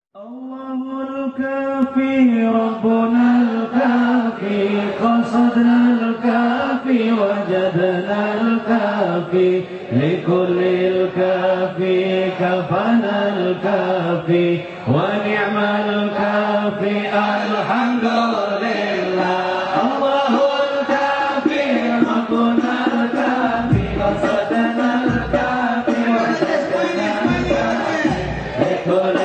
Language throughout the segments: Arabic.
الله الكافي ربنا الكافي قصدنا الكافي وجدنا الكافي لكل الكافي كفانا الكافي ونعم الكافي الحمد لله. الله الكافي ربنا الكافي قصدنا الكافي وجدنا الكافي لكل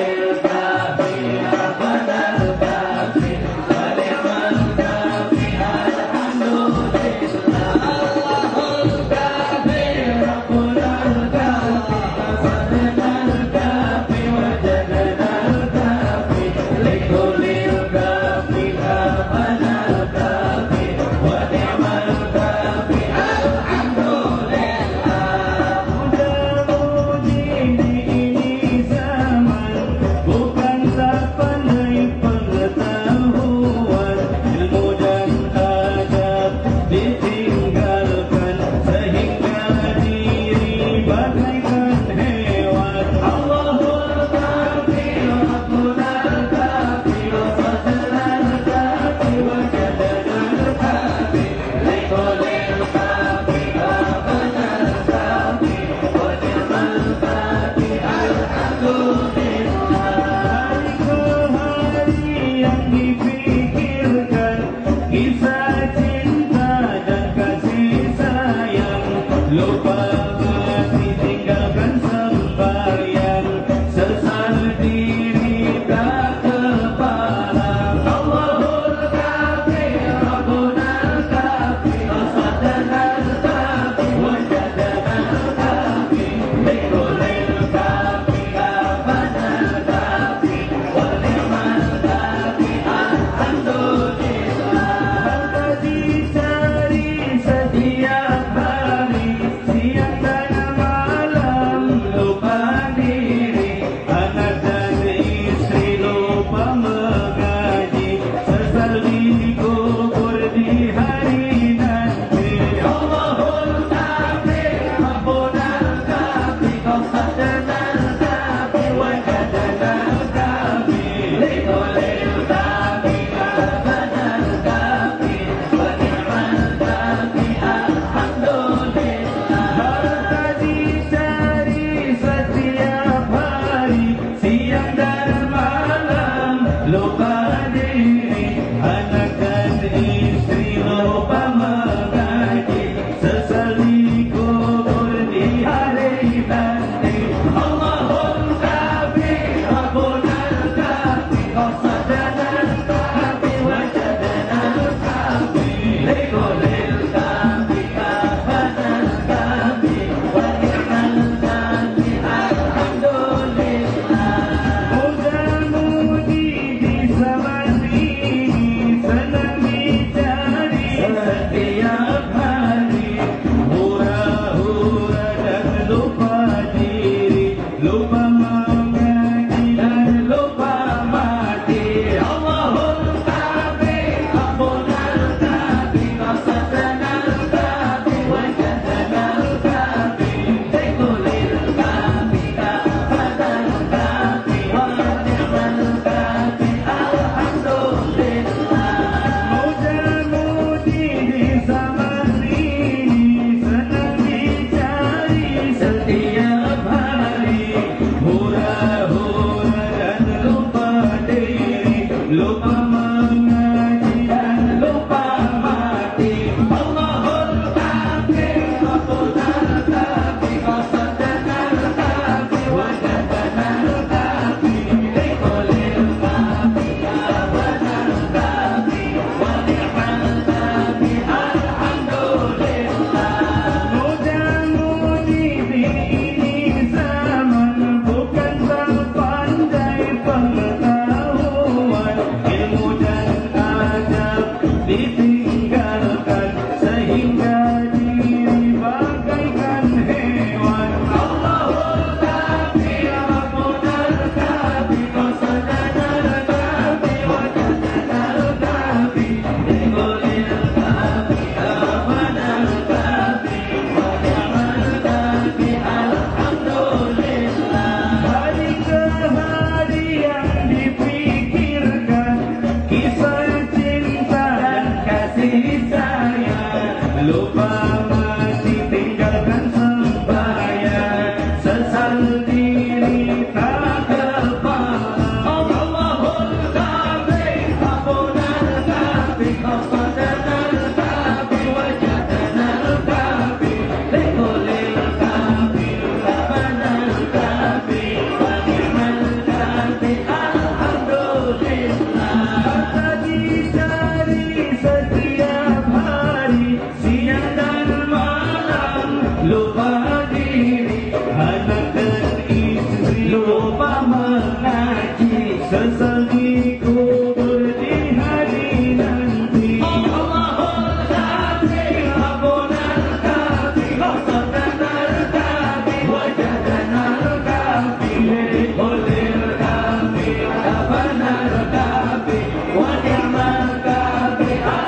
قصدنا الكافي وجدنا الكافي لكل الكافي كفانا الكافي ونعم الكافي الحمد لله. Pagi sari setiap hari, siang dan malam lupa diri, anak dan istri lupa mengaji, sesali kubur di hari nanti. Allahul kafi, Rabbuna al-kafi, qasdana al-kafi, wajadana al-kafi, likulil kafi, kafana al-kafi, wa ni'mal kafi,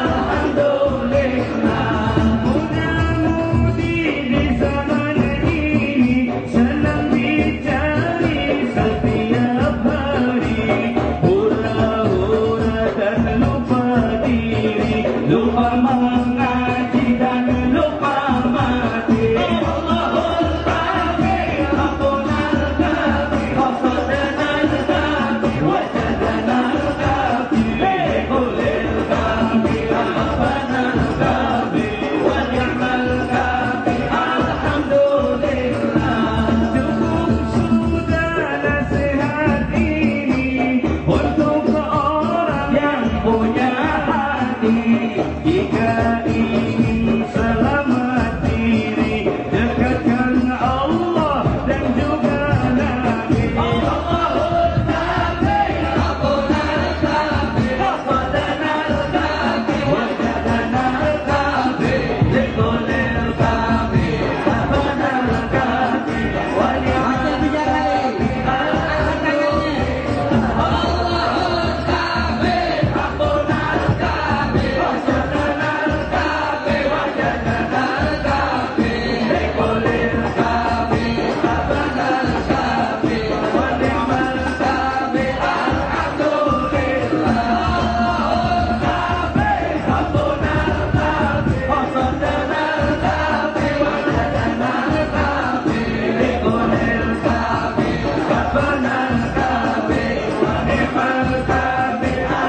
alhamdulillah. Mudah-mudi di zaman ini senang dicari setiap hari, hura-hura dan lupa diri, lupa mengaji dan lupa mati. Allahul kafi, Rabbuna al-kafi, qasdana al-kafi, wajadana al-kafi, likulil kafi, kafana al-kafi, wa ni'mal kafi, alhamdulillah. Cukup sudah nasihat ini untuk orang yang punya hati. Jika ingin selamat diri, dekatkan Allah dan juga Nabi. Allahul kafi, Rabbuna al-kafi, qasdana al-kafi, wajadana al-kafi, likulil kafi, kafana al-kafi, wa ni'mal kafi, alhamdulillah. Allahul kafi, Rabbuna al-kafi, qasdana al-kafi, wajadana al-kafi, likulil kafi, kafana al-kafi, wa ni'mal kafi, alhamdulillah. Allahul kafi, Rabbuna al-kafi, qasdana al-kafi, wajadana al-kafi, likulil kafi, kafana al-kafi, wa ni'mal kafi,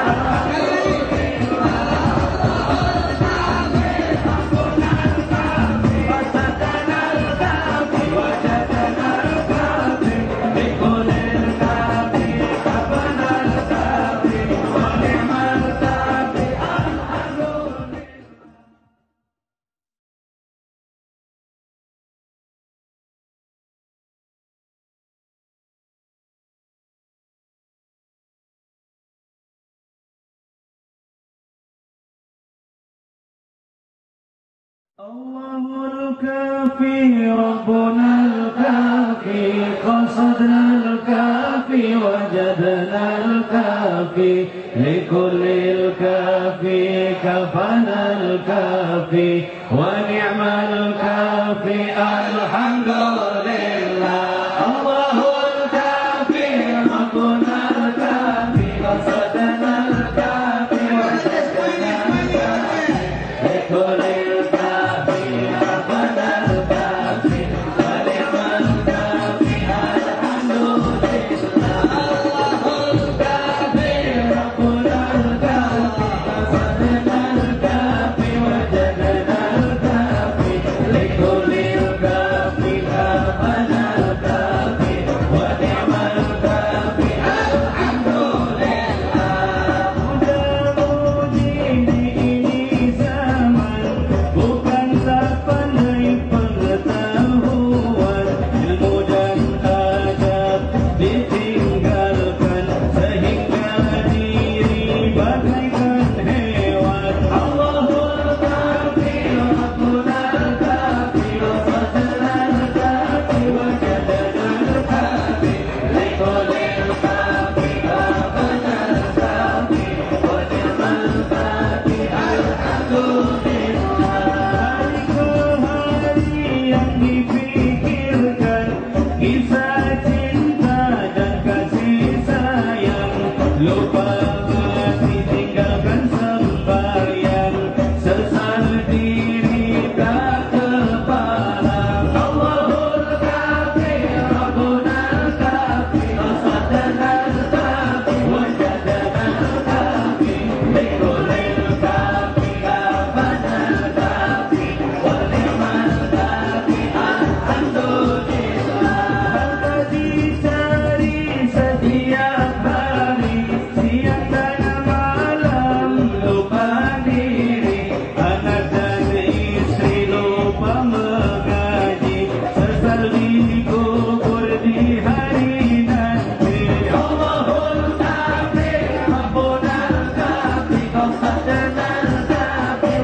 Allahul kafi, Rabbuna al-kafi, qasadna al-kafi, wajadna al-kafi, likulil kafi, kafana al-kafi, wa ni'mal kafi, alhamdulillah. Allahul kafi, Rabbuna al-kafi, qasadna al-kafi, wajadna al-kafi, likulil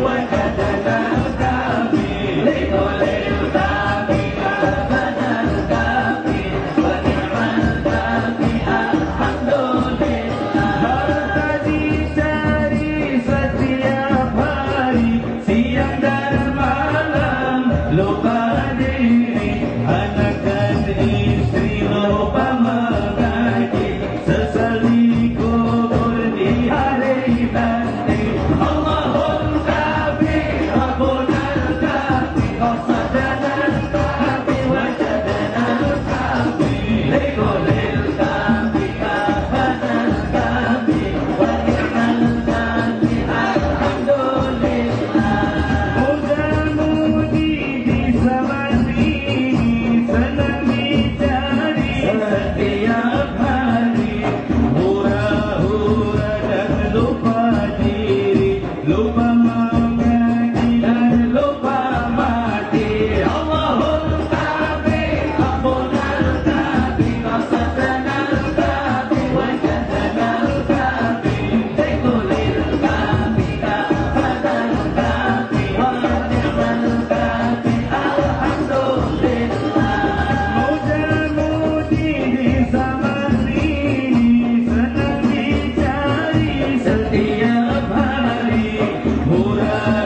وجدنا الكافي لكل الكافي كافنا الكافي ونعم الكافي الحمد لله. Hartadi cari setiap hari, siang dan malam lupa diri, anak dan istri lupa mengaji, sesali kubur di hari nanti. Allahul Kafi, Rabbuna al-Kafi, qasadana al-Kafi, wajadana al-Kafi, likulil Kafi, kafana al-Kafi, wa ni'mal Kafi, alhamdulillah. Mudah-mudi di zaman ini, senang dicari setiap hari, hura-hura dan lupa diri, lupa mengaji dan lupa mati. Allahul Kafi, Rabbuna al-Kafi, qasadana al-Kafi, wajadana al-Kafi, likulil Kafi, kafana al-Kafi, wa ni'mal Kafi, alhamdulillah. Mudah-mudi di zaman ini, senang dicari setiap hari, hura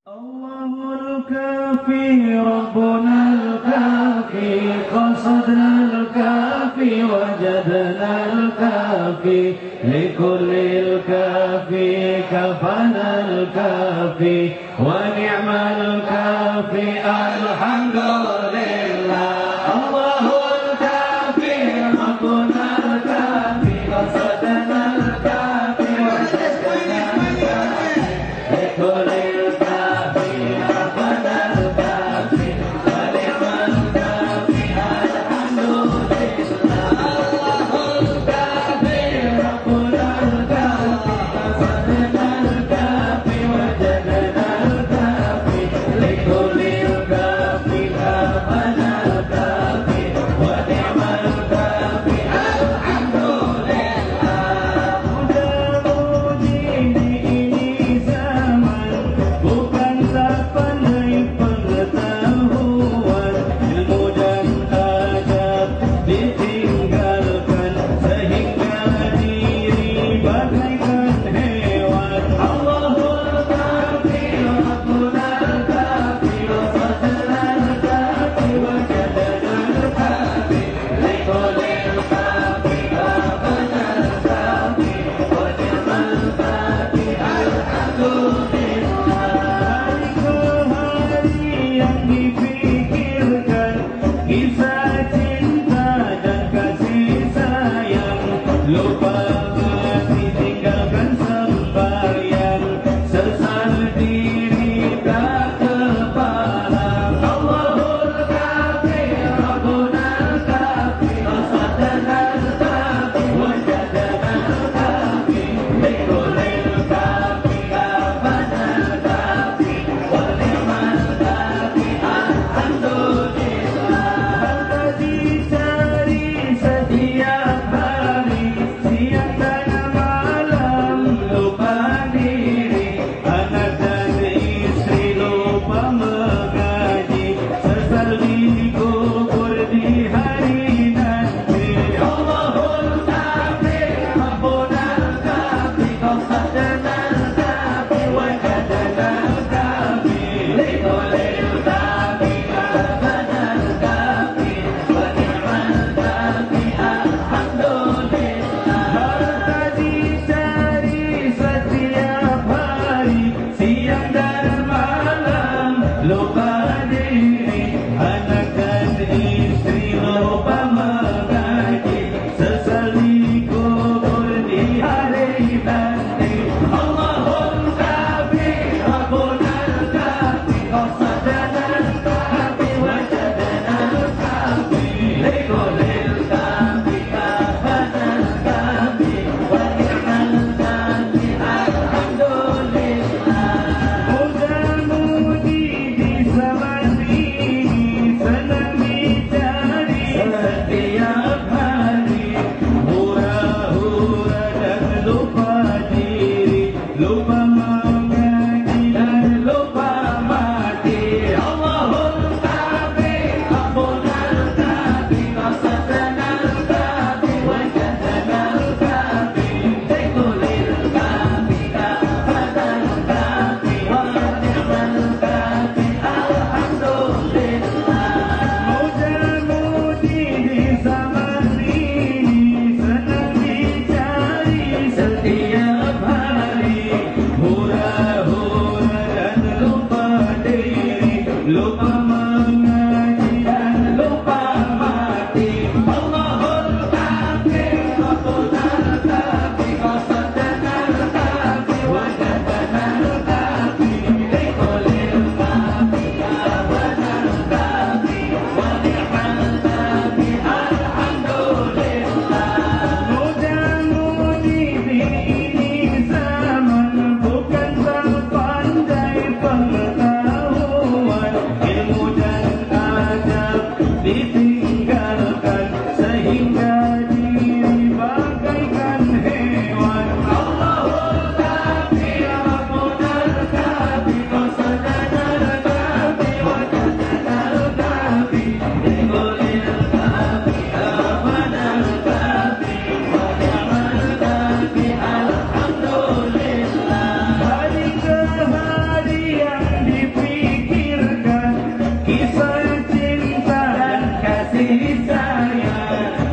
الله الكافي ربنا الكافي قصدنا الكافي وجدنا الكافي لكل الكافي كفانا الكافي ونعم الكافي الحمد لله. الله الكافي ربنا الكافي قصدنا الكافي وجدنا الكافي لكل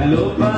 lupa